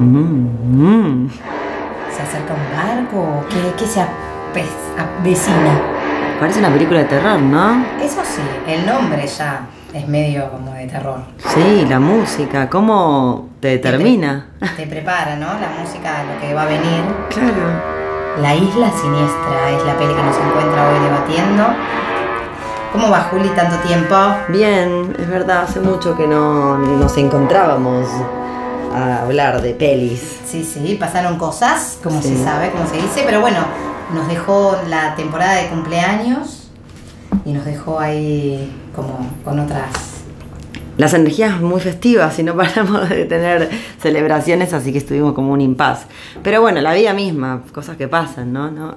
¿Se acerca un barco? ¿Qué se avecina? Parece una película de terror, ¿no? Eso sí, el nombre ya es medio como de terror. Sí, la música, ¿cómo te determina? Te prepara, ¿no? La música, lo que va a venir. Claro. La Isla Siniestra es la peli que nos encuentra hoy debatiendo. ¿Cómo va, Juli, tanto tiempo? Bien, es verdad, hace mucho que no nos encontrábamos a hablar de pelis. Sí, pasaron cosas, como Sí. se sabe, como se dice, pero bueno, nos dejó la temporada de cumpleaños y nos dejó ahí como con otras... Las energías muy festivas y no paramos de tener celebraciones, así que estuvimos como un impas. Pero bueno, la vida misma, cosas que pasan, ¿no?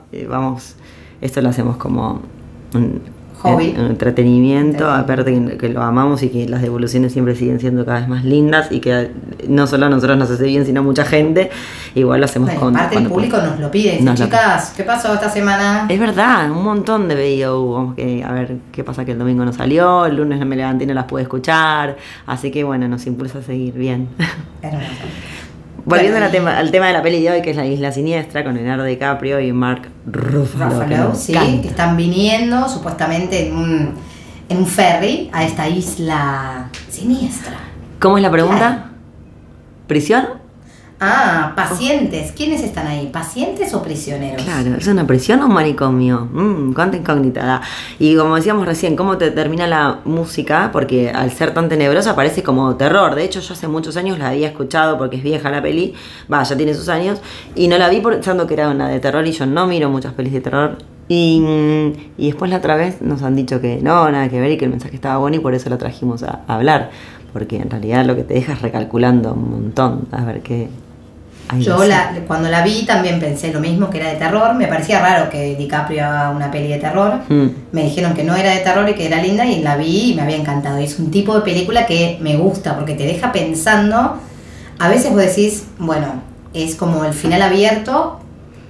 Esto lo hacemos como un hobby, un entretenimiento, aparte que lo amamos y que las devoluciones siempre siguen siendo cada vez más lindas y que no solo a nosotros nos hace bien, sino a mucha gente. Igual lo hacemos aparte el público nos lo pide, dice, chicas, ¿qué pasó esta semana? Es verdad, un montón de pedidos hubo, que a ver qué pasa que el domingo no salió, el lunes me levanté y no las pude escuchar, así que bueno, nos impulsa a seguir bien. Hermoso. Volviendo al tema de la peli de hoy, que es La Isla Siniestra, con Leonardo DiCaprio y Mark Ruffalo, sí, que están viniendo supuestamente en un ferry a esta isla siniestra. ¿Cómo es la pregunta? Claro. ¿Prisión? Pacientes. ¿Quiénes están ahí? ¿Pacientes o prisioneros? Claro, ¿es una prisión o un manicomio? Cuánta incógnita da. Y como decíamos recién, ¿cómo te termina la música? Porque al ser tan tenebrosa parece como terror. De hecho, yo hace muchos años la había escuchado porque es vieja la peli. Ya tiene sus años. Y no la vi pensando que era una de terror y yo no miro muchas pelis de terror. Y después la otra vez nos han dicho que no, nada que ver y que el mensaje estaba bueno y por eso lo trajimos a hablar. Porque en realidad lo que te deja es recalculando un montón. A ver qué... Yo cuando la vi también pensé lo mismo, que era de terror. Me parecía raro que DiCaprio haga una peli de terror. Me dijeron que no era de terror y que era linda y la vi y me había encantado. Es un tipo de película que me gusta porque te deja pensando. A veces vos decís, bueno, es como el final abierto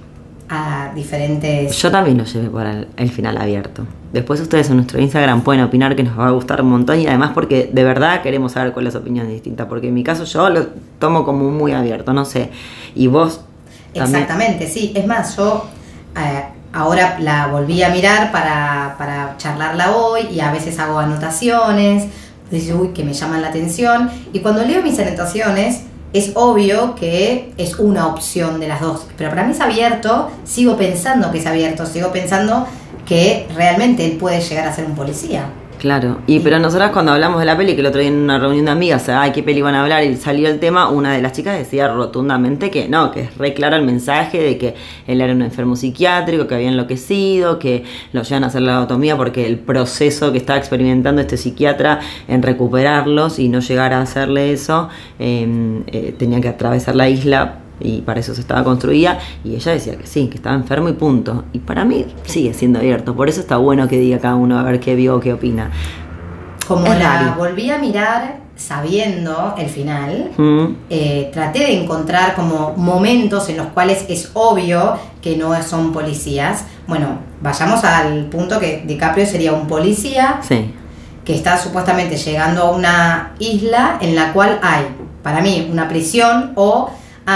a diferentes... Yo también lo llevé por el final abierto. Después ustedes en nuestro Instagram pueden opinar, que nos va a gustar un montón, y además porque de verdad queremos saber cuáles opiniones distintas, porque en mi caso yo lo tomo como muy abierto, no sé, y vos también. Exactamente, sí, es más, yo ahora la volví a mirar para charlarla hoy y a veces hago anotaciones, dice, uy, que me llaman la atención, y cuando leo mis anotaciones es obvio que es una opción de las dos, pero para mí es abierto, sigo pensando que es abierto, sigo pensando que realmente él puede llegar a ser un policía. Claro, pero nosotras cuando hablamos de la peli, que el otro día en una reunión de amigas, ¿qué peli van a hablar? Y salió el tema, una de las chicas decía rotundamente que no, que es re claro el mensaje de que él era un enfermo psiquiátrico, que había enloquecido, que lo llevan a hacer la lobotomía porque el proceso que estaba experimentando este psiquiatra en recuperarlos y no llegar a hacerle eso, tenía que atravesar la isla y para eso se estaba construida, y ella decía que sí, que estaba enfermo y punto. Y para mí sigue siendo abierto, por eso está bueno que diga cada uno a ver qué vio o qué opina. Como la volví a mirar sabiendo el final, traté de encontrar como momentos en los cuales es obvio que no son policías. Bueno, vayamos al punto que DiCaprio sería un policía, sí, que está supuestamente llegando a una isla en la cual hay, para mí, una prisión o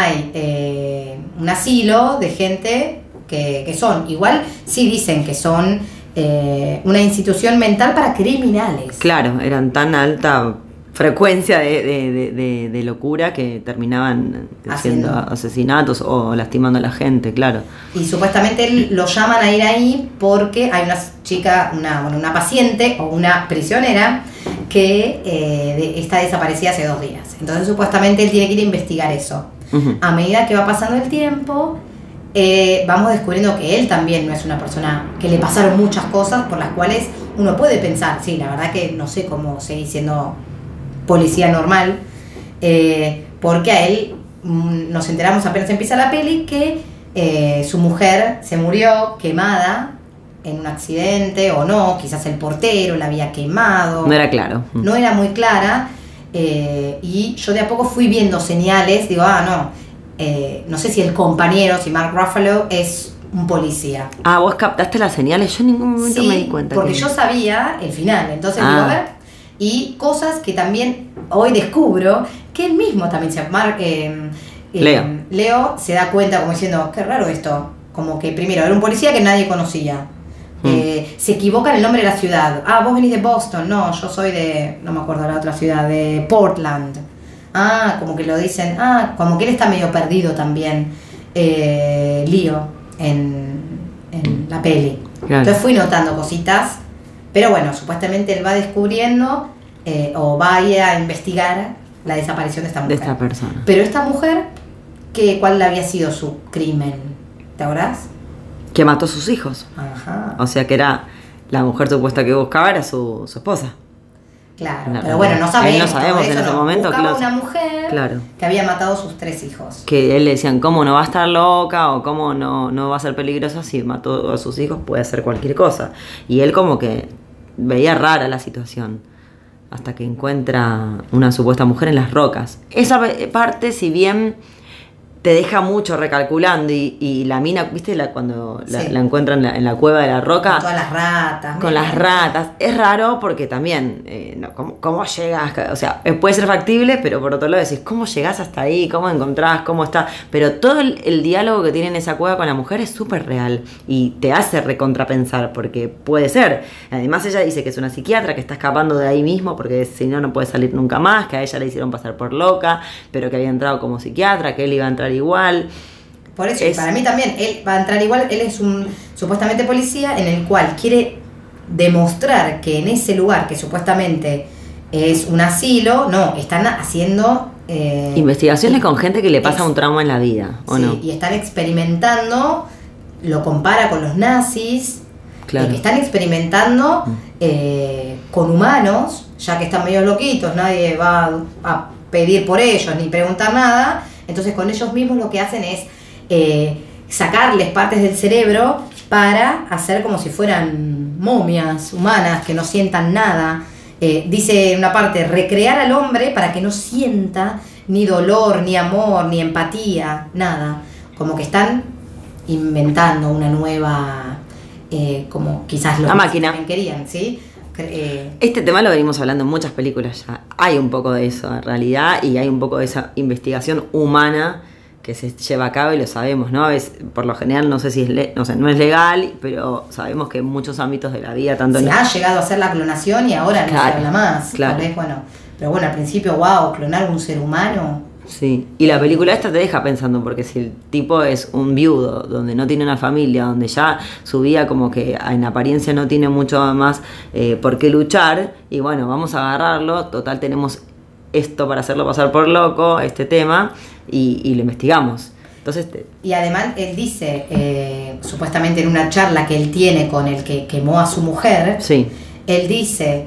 hay un asilo de gente que son, igual sí dicen que son una institución mental para criminales. Claro, eran tan alta frecuencia de locura que terminaban haciendo asesinatos o lastimando a la gente, claro. Y supuestamente lo llaman a ir ahí porque hay una chica, una paciente o una prisionera que está desaparecida hace 2 días. Entonces supuestamente él tiene que ir a investigar eso. A medida que va pasando el tiempo, vamos descubriendo que él también no es una persona que le pasaron muchas cosas por las cuales uno puede pensar, sí, la verdad que no sé cómo seguir siendo policía normal, porque a él nos enteramos apenas empieza la peli que su mujer se murió quemada en un accidente o no, quizás el portero la había quemado. No era claro. No era muy clara. Y yo de a poco fui viendo señales, digo, no sé si el compañero, si Mark Ruffalo es un policía. ¿Vos captaste las señales? Yo en ningún momento me di cuenta. Porque yo sabía el final, entonces digo, a ver, y cosas que también hoy descubro, que él mismo también, Leo se da cuenta como diciendo, qué raro esto. Como que primero era un policía que nadie conocía. Se equivoca en el nombre de la ciudad. Ah, vos venís de Boston. No, yo soy de, no me acuerdo la otra ciudad, de Portland. Ah, como que lo dicen. Ah, como que él está medio perdido también. Leo en la peli. Claro. Entonces fui notando cositas. Pero bueno, supuestamente él va descubriendo o va a ir a investigar la desaparición de esta mujer. De esta persona. Pero esta mujer, ¿cuál había sido su crimen? ¿Te acordás? Que mató a sus hijos. Ajá. O sea que era la mujer supuesta que buscaba, era su esposa. Claro, pero bueno, no sabemos. No sabemos en ese momento. Buscaba una mujer que había matado a sus 3 hijos. Que él le decían, ¿cómo no va a estar loca? O ¿cómo no va a ser peligrosa si mató a sus hijos? Puede hacer cualquier cosa. Y él como que veía rara la situación. Hasta que encuentra una supuesta mujer en las rocas. Esa parte, si bien te deja mucho recalculando y la mina, ¿viste? Cuando la encuentran en la cueva de la roca. Con todas las ratas. Con las ratas. Es raro porque también, ¿cómo llegas? O sea, puede ser factible, pero por otro lado decís, ¿cómo llegás hasta ahí? ¿Cómo encontrás? ¿Cómo está? Pero todo el diálogo que tiene en esa cueva con la mujer es súper real y te hace recontrapensar porque puede ser. Además ella dice que es una psiquiatra que está escapando de ahí mismo porque si no puede salir nunca más, que a ella le hicieron pasar por loca, pero que había entrado como psiquiatra, que él iba a entrar igual. Por eso, para mí también, él va a entrar igual. Él es un supuestamente policía en el cual quiere demostrar que en ese lugar que supuestamente es un asilo, no, están haciendo investigaciones con gente que le pasa un trauma en la vida, ¿o no? Y están experimentando, lo compara con los nazis, que están experimentando con humanos, ya que están medio loquitos, nadie va a pedir por ellos ni preguntar nada. Entonces con ellos mismos lo que hacen es sacarles partes del cerebro para hacer como si fueran momias humanas que no sientan nada. Dice en una parte, recrear al hombre para que no sienta ni dolor, ni amor, ni empatía, nada. Como que están inventando una nueva, como quizás lo que máquina. También querían, ¿sí? Este tema lo venimos hablando en muchas películas ya. Hay un poco de eso en realidad y hay un poco de esa investigación humana que se lleva a cabo y lo sabemos, ¿no? A veces, por lo general, no sé si no es legal, pero sabemos que en muchos ámbitos de la vida, tanto se ha llegado a hacer la clonación y ahora no se habla más. Claro. Tal vez, pero bueno, al principio, wow, clonar un ser humano. Sí, y la película esta te deja pensando, porque si el tipo es un viudo, donde no tiene una familia, donde ya su vida como que en apariencia no tiene mucho más por qué luchar, y bueno, vamos a agarrarlo, total tenemos esto para hacerlo pasar por loco, este tema, y lo investigamos. Entonces y además él dice, supuestamente en una charla que él tiene con el que quemó a su mujer, él dice,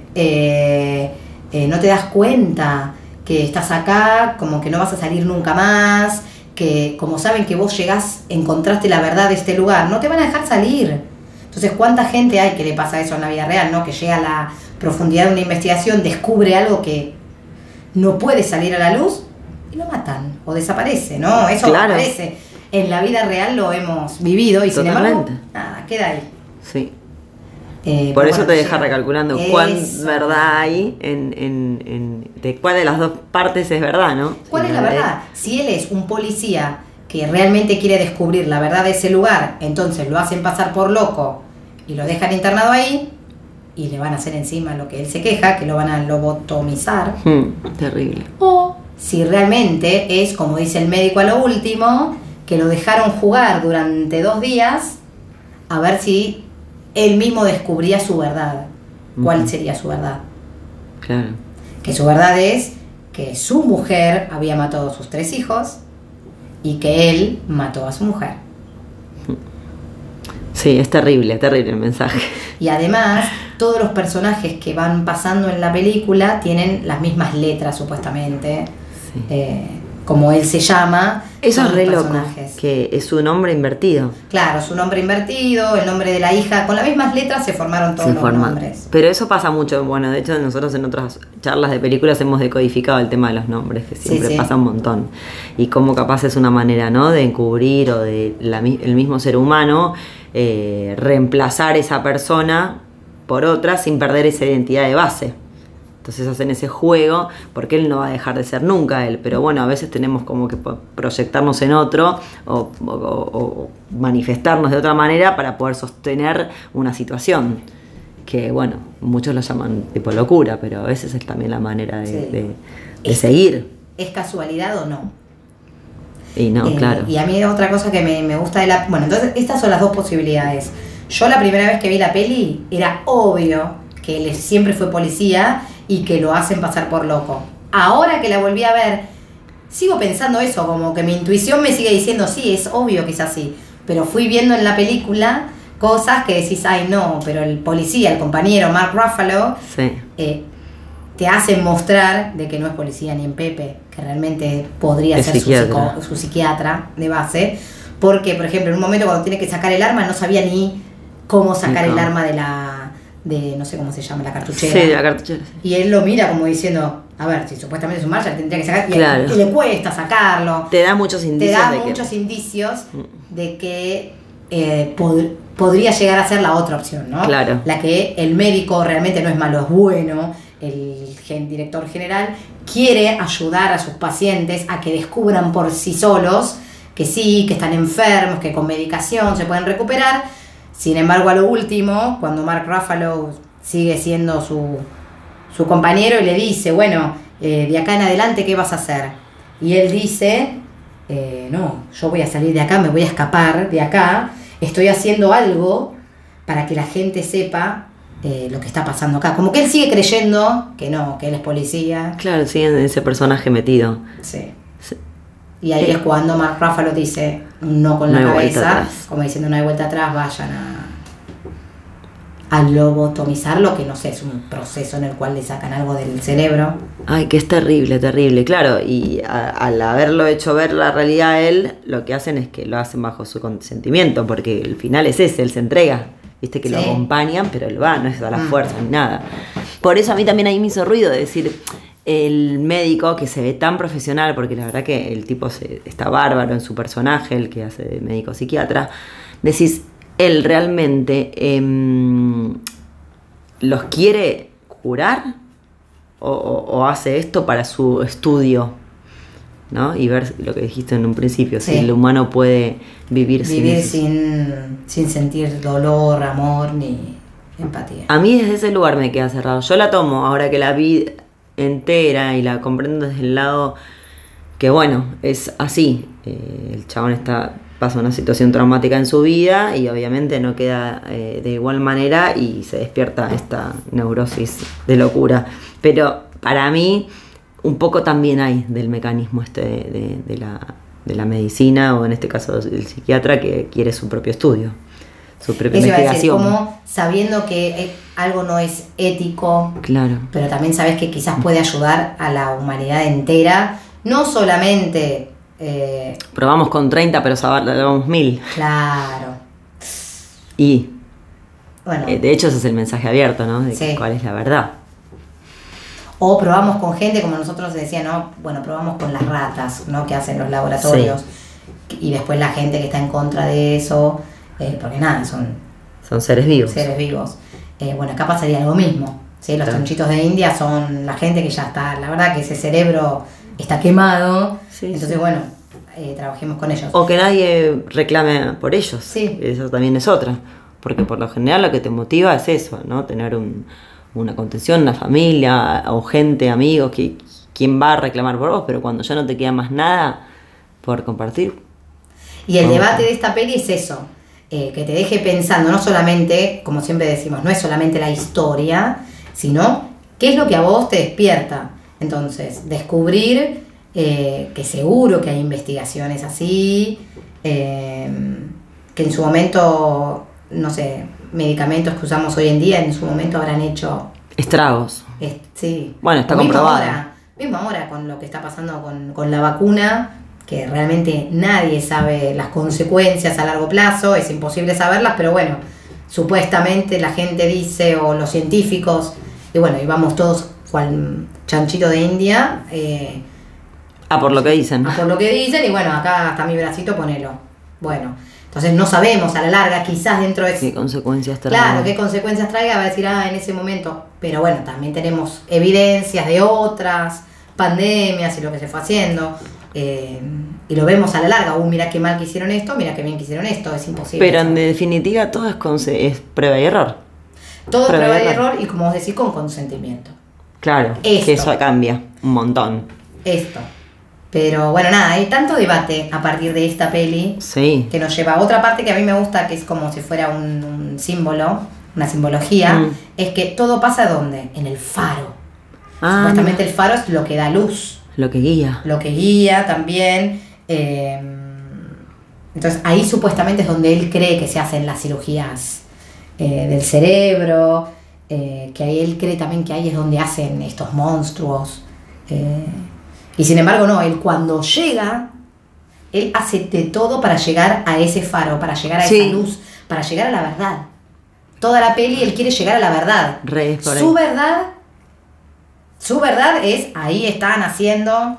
no te das cuenta que estás acá, como que no vas a salir nunca más, que como saben que vos llegás, encontraste la verdad de este lugar, no te van a dejar salir. Entonces, ¿cuánta gente hay que le pasa eso en la vida real, no? Que llega a la profundidad de una investigación, descubre algo que no puede salir a la luz y lo matan o desaparece, ¿no? Eso aparece. En la vida real lo hemos vivido y sin embargo, nada, queda ahí. Sí. Por eso te deja recalculando cuán verdad hay de cuál de las dos partes es verdad, ¿no? ¿Cuál es la verdad? Si él es un policía que realmente quiere descubrir la verdad de ese lugar, entonces lo hacen pasar por loco y lo dejan internado ahí y le van a hacer encima lo que él se queja, que lo van a lobotomizar. Terrible. O si realmente es, como dice el médico a lo último, que lo dejaron jugar durante 2 días a ver si él mismo descubría su verdad. ¿Cuál sería su verdad? Claro. Que su verdad es que su mujer había matado a sus 3 hijos y que él mató a su mujer. Sí, es terrible el mensaje. Y además, todos los personajes que van pasando en la película tienen las mismas letras, supuestamente. Sí. Como él se llama. Eso es re loco, que es su nombre invertido. Claro, su nombre invertido, el nombre de la hija, con las mismas letras se formaron todos los nombres. Pero eso pasa mucho, bueno, de hecho nosotros en otras charlas de películas hemos decodificado el tema de los nombres, que siempre pasa un montón. Y cómo capaz es una manera, ¿no?, de encubrir o de el mismo ser humano reemplazar esa persona por otra sin perder esa identidad de base. Entonces hacen ese juego, porque él no va a dejar de ser nunca él, pero bueno, a veces tenemos como que proyectarnos en otro o manifestarnos de otra manera para poder sostener una situación, que bueno, muchos lo llaman tipo locura, pero a veces es también la manera de seguir. ¿Es casualidad o no? Y no, claro. Y a mí otra cosa que me gusta de la... Bueno, entonces estas son las dos posibilidades. Yo la primera vez que vi la peli era obvio que él siempre fue policía y que lo hacen pasar por loco. Ahora que la volví a ver, sigo pensando eso, como que mi intuición me sigue diciendo, sí, es obvio que es así. Pero fui viendo en la película cosas que decís, ay no, pero el policía, el compañero Mark Ruffalo, te hacen mostrar de que no es policía ni en Pepe, que realmente podría ser su psiquiatra de base. Porque, por ejemplo, en un momento cuando tiene que sacar el arma, no sabía ni cómo sacar el arma de no sé cómo se llama, la cartuchera. Sí, la cartuchera. Sí. Y él lo mira como diciendo, a ver, si supuestamente es un Marshall, tendría que sacar, claro. Y le cuesta sacarlo. Te da muchos indicios de que podría llegar a ser la otra opción, ¿no? Claro. La que el médico realmente no es malo, es bueno, el director general quiere ayudar a sus pacientes a que descubran por sí solos que sí, que están enfermos, que con medicación se pueden recuperar. Sin embargo, a lo último, cuando Mark Ruffalo sigue siendo su compañero y le dice, bueno, de acá en adelante, ¿qué vas a hacer? Y él dice, no, yo voy a salir de acá, me voy a escapar de acá, estoy haciendo algo para que la gente sepa lo que está pasando acá. Como que él sigue creyendo que no, que él es policía. Claro, sigue en ese personaje metido. Sí. Y ahí es cuando Mark Ruffalo dice, no con la cabeza, como diciendo no hay vuelta atrás, vayan a lobotomizarlo, que no sé, es un proceso en el cual le sacan algo del cerebro. Ay, que es terrible, terrible, claro. Y al haberlo hecho ver la realidad a él, lo que hacen es que lo hacen bajo su consentimiento, porque el final es ese, él se entrega. Viste que lo acompañan, pero él va, no es a la fuerza ni nada. Por eso a mí también ahí me hizo ruido de decir, el médico que se ve tan profesional, porque la verdad que el tipo está bárbaro en su personaje, el que hace de médico psiquiatra, decís, él realmente los quiere curar o hace esto para su estudio, ¿no? Y ver lo que dijiste en un principio, si el humano puede vivir sin sentir dolor, amor ni empatía. A mí desde ese lugar me queda cerrado. Yo la tomo ahora que la vi entera y la comprendo desde el lado que bueno, es así, el chabón pasa una situación traumática en su vida y obviamente no queda de igual manera y se despierta esta neurosis de locura, pero para mí un poco también hay del mecanismo de la medicina, o en este caso del psiquiatra que quiere su propio estudio, su propia investigación. Como sabiendo que algo no es ético, claro, pero también sabes que quizás puede ayudar a la humanidad entera, no solamente... probamos con 30, pero salvamos 1000. Claro. Y bueno, de hecho ese es el mensaje abierto, ¿no? De cuál es la verdad. O probamos con gente, como nosotros decían, ¿no? Bueno, probamos con las ratas, ¿no? Que hacen los laboratorios. Sí. Y después la gente que está en contra de eso, porque nada, son seres vivos. Bueno, acá pasaría algo mismo, ¿sí? Los chanchitos de India son la gente que ya está, la verdad que ese cerebro está quemado, entonces bueno, trabajemos con ellos. O que nadie reclame por ellos, sí. Eso también es otra, porque por lo general lo que te motiva es eso, ¿no? Tener una contención, una familia o gente, amigos, quien va a reclamar por vos, pero cuando ya no te queda más nada por compartir. Y el debate de esta peli es eso, que te deje pensando, no solamente, como siempre decimos, no es solamente la historia, sino qué es lo que a vos te despierta. Entonces, descubrir que seguro que hay investigaciones así, que en su momento, no sé, medicamentos que usamos hoy en día, en su momento habrán hecho... estragos. Sí. Bueno, está comprobado. Mismo ahora con lo que está pasando con la vacuna, que realmente nadie sabe las consecuencias a largo plazo, es imposible saberlas, pero bueno, supuestamente la gente dice, o los científicos, y bueno, y vamos todos cual chanchito de India. Por lo que dicen. Por lo que dicen, y bueno, acá está mi bracito, ponelo. Bueno, entonces no sabemos a la larga, quizás dentro de... ¿Qué consecuencias traiga? Claro, qué consecuencias traiga, va a decir, en ese momento. pero bueno, también tenemos evidencias de otras pandemias y lo que se fue haciendo. Y lo vemos a la larga, mira qué mal que hicieron esto, mira qué bien que hicieron esto, es imposible. Pero en definitiva todo es prueba y error. Todo es prueba y error y como vos decís, con consentimiento. Claro, que eso cambia un montón. Esto. Pero bueno, nada, hay tanto debate a partir de esta peli que nos lleva a otra parte que a mí me gusta, que es como si fuera un símbolo, una simbología, es que todo pasa ¿dónde? En el faro. Supuestamente el faro es lo que da luz. Lo que guía también. Entonces ahí supuestamente es donde él cree que se hacen las cirugías del cerebro, que ahí él cree también que ahí es donde hacen estos monstruos. Y sin embargo no, él cuando llega, él hace de todo para llegar a ese faro, para llegar a esa luz, para llegar a la verdad. Toda la peli él quiere llegar a la verdad. Su verdad es, ahí están haciendo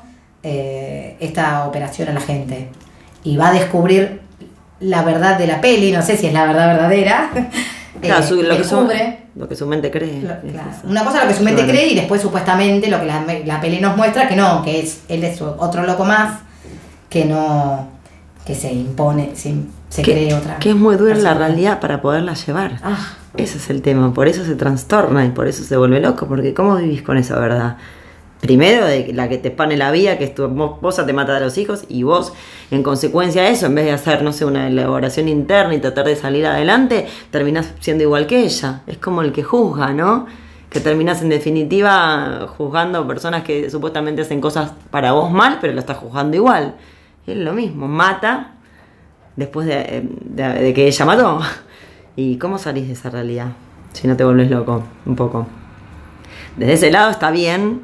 esta operación a la gente. Y va a descubrir la verdad de la peli, no sé si es la verdad verdadera. Claro, lo que su mente cree. Claro. Una cosa es lo que su mente cree y después supuestamente lo que la peli nos muestra que no, que él es otro loco más, que no, que se impone, se cree otra. Que es muy dura la realidad para poderla llevar. Ese es el tema, por eso se trastorna y por eso se vuelve loco, porque ¿cómo vivís con esa verdad? Primero, de la que te pone la vida, que es tu esposa te mata a los hijos, y vos, en consecuencia de eso, en vez de hacer, no sé, una elaboración interna y tratar de salir adelante, terminás siendo igual que ella. Es como el que juzga, ¿no? Que terminás en definitiva juzgando personas que supuestamente hacen cosas para vos mal, pero lo estás juzgando igual. Es lo mismo, mata después de que ella mató. ¿Y cómo salís de esa realidad? Si no te vuelves loco, un poco. Desde ese lado está bien,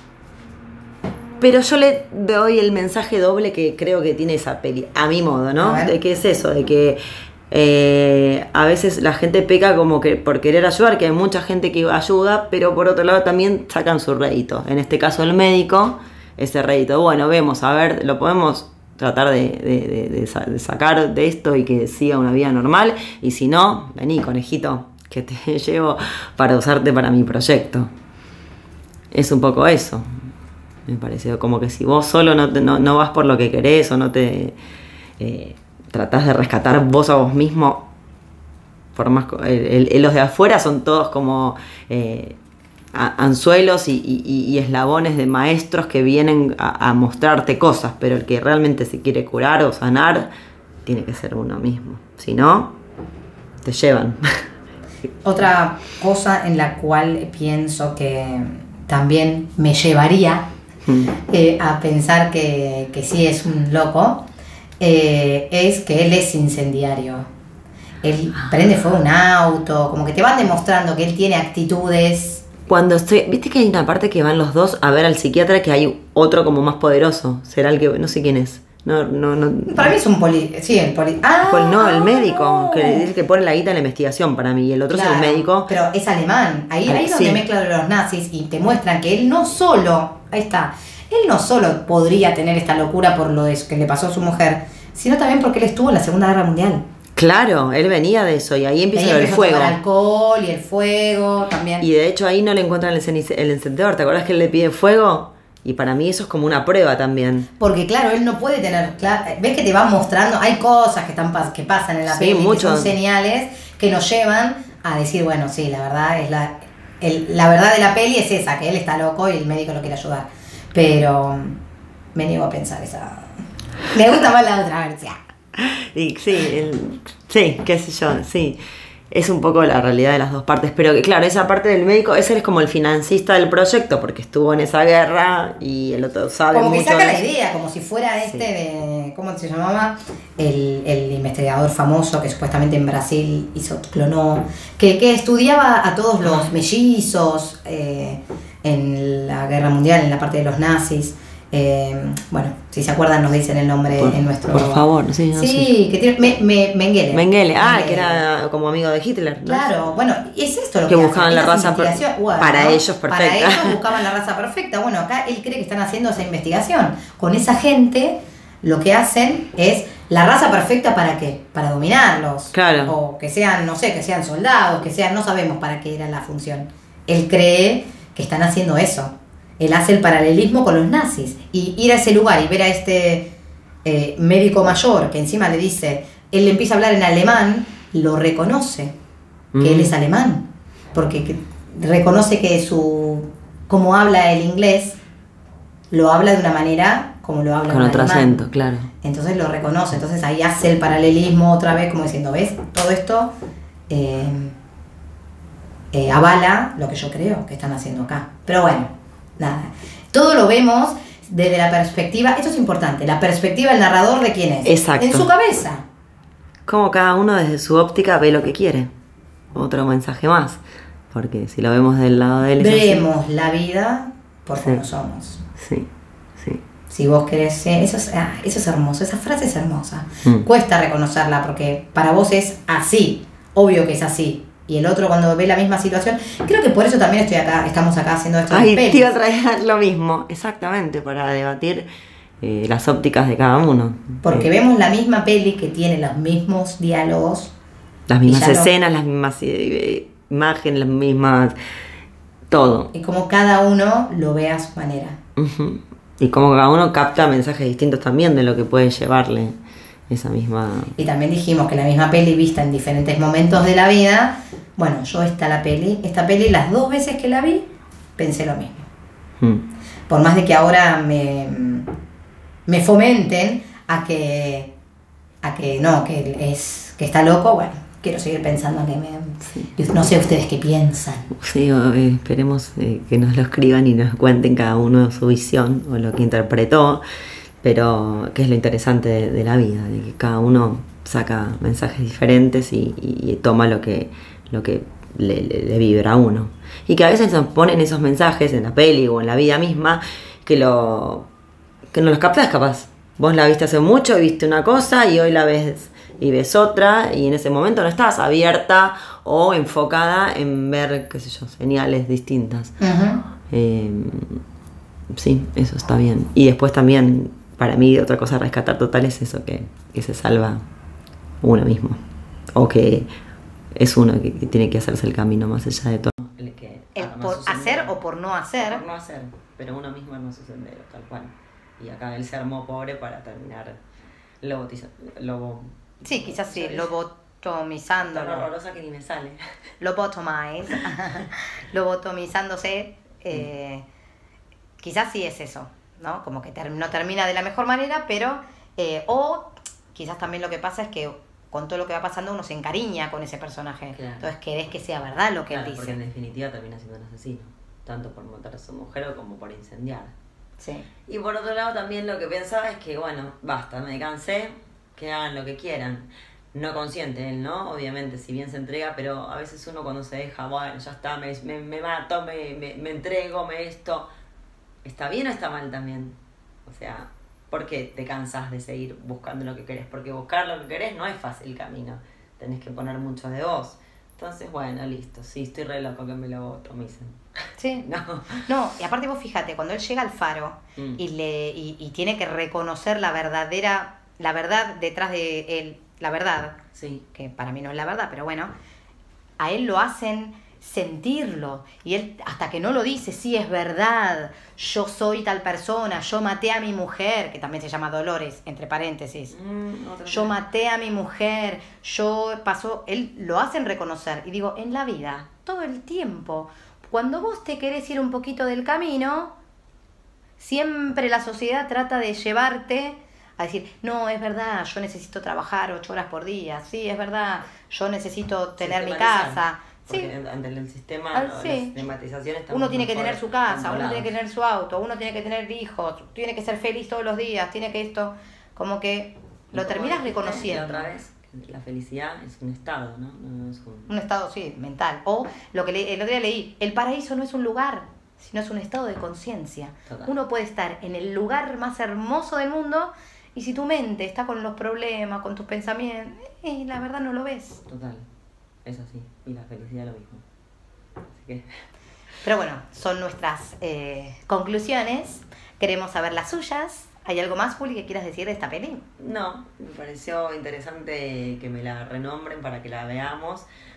pero yo le doy el mensaje doble que creo que tiene esa peli, a mi modo, ¿no? De que es eso, de que a veces la gente peca como que por querer ayudar, que hay mucha gente que ayuda, pero por otro lado también sacan su rédito. En este caso el médico, ese rédito. Bueno, vemos, a ver, lo podemos tratar de sacar de esto y que siga una vida normal, y si no, vení conejito, que te llevo para usarte para mi proyecto. Es un poco eso, me pareció, como que si vos solo no vas por lo que querés o no te tratás de rescatar vos a vos mismo, por más los de afuera son todos como anzuelos y eslabones de maestros que vienen a mostrarte cosas, pero el que realmente se quiere curar o sanar tiene que ser uno mismo, si no, te llevan. Otra cosa en la cual pienso que también me llevaría a pensar que sí es un loco, es que él es incendiario. Él prende fuego un auto, como que te van demostrando que él tiene actitudes. Viste que hay una parte que van los dos a ver al psiquiatra, que hay otro como más poderoso, será el que, no sé quién es. No. Para mí es un el médico, que dice que pone la guita en la investigación para mí, y el otro es el médico. Pero es alemán, ahí es donde mezclan los nazis y te muestran que él no solo, él no solo podría tener esta locura por lo que le pasó a su mujer, sino también porque él estuvo en la Segunda Guerra Mundial. Claro, él venía de eso y ahí empieza el fuego. El alcohol y el fuego también. Y de hecho ahí no le encuentran el encendedor, ¿te acuerdas que él le pide fuego? Y para mí eso es como una prueba también. Porque claro, él no puede tener... ves que te van mostrando, hay cosas que pasan en la peli, que son señales que nos llevan a decir, bueno, sí, la verdad es la verdad de la peli es esa, que él está loco y el médico lo quiere ayudar. Pero me niego a pensar esa... Me gusta más la otra versión. Y sí, qué sé yo, sí. Es un poco la realidad de las dos partes, pero que claro, esa parte del médico, ese es como el financista del proyecto, porque estuvo en esa guerra y el otro sabe como mucho. Como que saca la idea, como si fuera de, ¿cómo se llamaba? El investigador famoso que supuestamente en Brasil clonó, que estudiaba a todos los mellizos en la guerra mundial, en la parte de los nazis. Bueno, si se acuerdan nos dicen el nombre en nuestro... Por favor, sí. Que tiene... Mengele. Mengele, que era como amigo de Hitler, ¿no? Claro, bueno, es esto lo que buscaban la raza para ellos perfecta. Para ellos buscaban la raza perfecta. Bueno, acá él cree que están haciendo esa investigación. Con esa gente lo que hacen es la raza perfecta, ¿para qué? Para dominarlos. Claro. O que sean, no sé, que sean soldados, que sean, no sabemos para qué era la función. él cree que están haciendo eso. Él hace el paralelismo con los nazis. Y ir a ese lugar y ver a este médico mayor que encima le dice, él le empieza a hablar en alemán, lo reconoce, que él es alemán. Porque reconoce que cómo habla el inglés, lo habla de una manera como lo habla con un otro alemán. acento, claro. Entonces lo reconoce, entonces ahí hace el paralelismo otra vez, como diciendo, ¿ves? Todo esto avala lo que yo creo que están haciendo acá. Pero bueno, nada. Todo lo vemos desde la perspectiva, esto es importante, la perspectiva del narrador de quién es. Exacto. En su cabeza. Como cada uno desde su óptica ve lo que quiere. Otro mensaje más. Porque si lo vemos del lado de él... Vemos la vida por Sí. cómo somos. Sí, sí. Si vos querés, eso es hermoso, esa frase es hermosa. Mm. Cuesta reconocerla porque para vos es así, obvio que es así. Y el otro cuando ve la misma situación, creo que por eso también estamos acá haciendo esto. Ay, te iba a traer lo mismo, exactamente, para debatir las ópticas de cada uno. Porque vemos la misma peli que tiene los mismos diálogos. Las mismas y ya escenas, las mismas imágenes, las mismas... todo. Y como cada uno lo ve a su manera. Ujú. Y como cada uno capta mensajes distintos también de lo que puede llevarle esa misma... Y también dijimos que la misma peli vista en diferentes momentos de la vida. Bueno, yo esta peli las 2 veces que la vi, pensé lo mismo. Por más de que ahora me fomenten a que está loco, bueno, quiero seguir pensando no sé ustedes qué piensan. Sí, esperemos que nos lo escriban y nos cuenten cada uno su visión o lo que interpretó, pero que es lo interesante de la vida, de que cada uno saca mensajes diferentes y toma lo que le vibra a uno. Y que a veces nos ponen esos mensajes en la peli o en la vida misma que no los captás capaz. Vos la viste hace mucho y viste una cosa y hoy la ves y ves otra y en ese momento no estás abierta o enfocada en ver, qué sé yo, señales distintas. Sí, eso está bien. Y después también, para mí, otra cosa a rescatar total es eso, que se salva uno mismo. O que es uno que tiene que hacerse el camino más allá de todo. El por hacer o por no hacer. Por no hacer, pero uno mismo arma su sendero, tal cual. Y acá él se armó pobre para terminar Sí, quizás sí, lobotomizando. tan horrorosa que ni me sale. Lobotomize. Lobotomizándose. Quizás sí es eso, ¿no? Como que no termina de la mejor manera, pero... o quizás también lo que pasa es que con todo lo que va pasando uno se encariña con ese personaje. Claro. Entonces querés que sea verdad lo que él dice. Porque en definitiva termina siendo un asesino. Tanto por matar a su mujer como por incendiar. Sí. Y por otro lado también lo que pensaba es que, bueno, basta, me cansé, que hagan lo que quieran. No consciente él, ¿no? Obviamente, si bien se entrega, pero a veces uno cuando se deja, bueno, ya está, me mato, me entrego, esto... ¿Está bien o está mal también? O sea, ¿por qué te cansas de seguir buscando lo que querés? Porque buscar lo que querés no es fácil el camino. Tenés que poner mucho de vos. Entonces, bueno, listo. Sí, estoy re loco que me lo botomicen. Sí. No, y aparte vos fíjate, cuando él llega al faro y tiene que reconocer la verdad detrás de él, la verdad, sí, que para mí no es la verdad, pero bueno, a él lo hacen sentirlo, y él hasta que no lo dice, sí, es verdad, yo soy tal persona, yo maté a mi mujer, que también se llama Dolores, entre paréntesis, yo maté a mi mujer, él lo hacen reconocer, y digo, en la vida, todo el tiempo, cuando vos te querés ir un poquito del camino, siempre la sociedad trata de llevarte a decir, no, es verdad, yo necesito trabajar 8 horas por día, sí, es verdad, yo necesito tener mi casa. Porque sí. ante el sistema, sí. la sistematización está uno tiene que tener su casa, uno tiene que tener su auto, uno tiene que tener hijos, tiene que ser feliz todos los días, tiene que esto, como que lo terminas reconociendo. Otra vez, la felicidad es un estado, ¿no? No es un estado, sí, mental. O lo que el otro día leí, el paraíso no es un lugar, sino es un estado de conciencia. Uno puede estar en el lugar más hermoso del mundo y si tu mente está con los problemas, con tus pensamientos, la verdad no lo ves. Total. Es así, y la felicidad lo mismo. Así que... Pero bueno, son nuestras conclusiones. Queremos saber las suyas. ¿Hay algo más, Juli, que quieras decir de esta peli? No, me pareció interesante que me la renombren para que la veamos,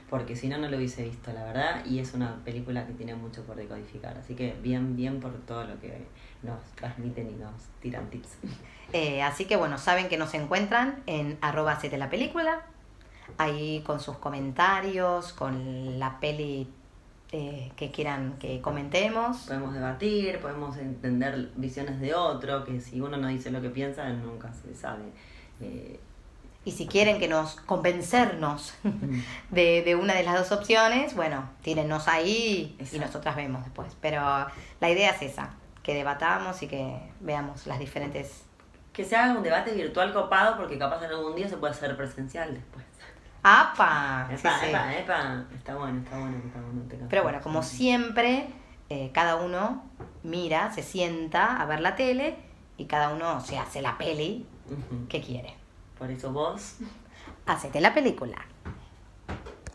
porque si no, no lo hubiese visto, la verdad, y es una película que tiene mucho por decodificar, así que bien por todo lo que nos transmiten y nos tiran tips. Así que bueno, saben que nos encuentran en @7lapelícula, ahí con sus comentarios, con la peli que quieran que comentemos. Podemos debatir, podemos entender visiones de otro, que si uno no dice lo que piensa, nunca se sabe. Y si quieren que nos convencernos de una de las dos opciones, bueno, tírennos ahí. Exacto. Y nosotras vemos después. Pero la idea es esa, que debatamos y que veamos las diferentes... Que se haga un debate virtual copado, porque capaz en algún día se puede hacer presencial después. ¡Apa! Epa. Está bueno. Pero bueno, como siempre, cada uno mira, se sienta a ver la tele y cada uno se hace la peli que quiere. Por eso vos... Hacete la película.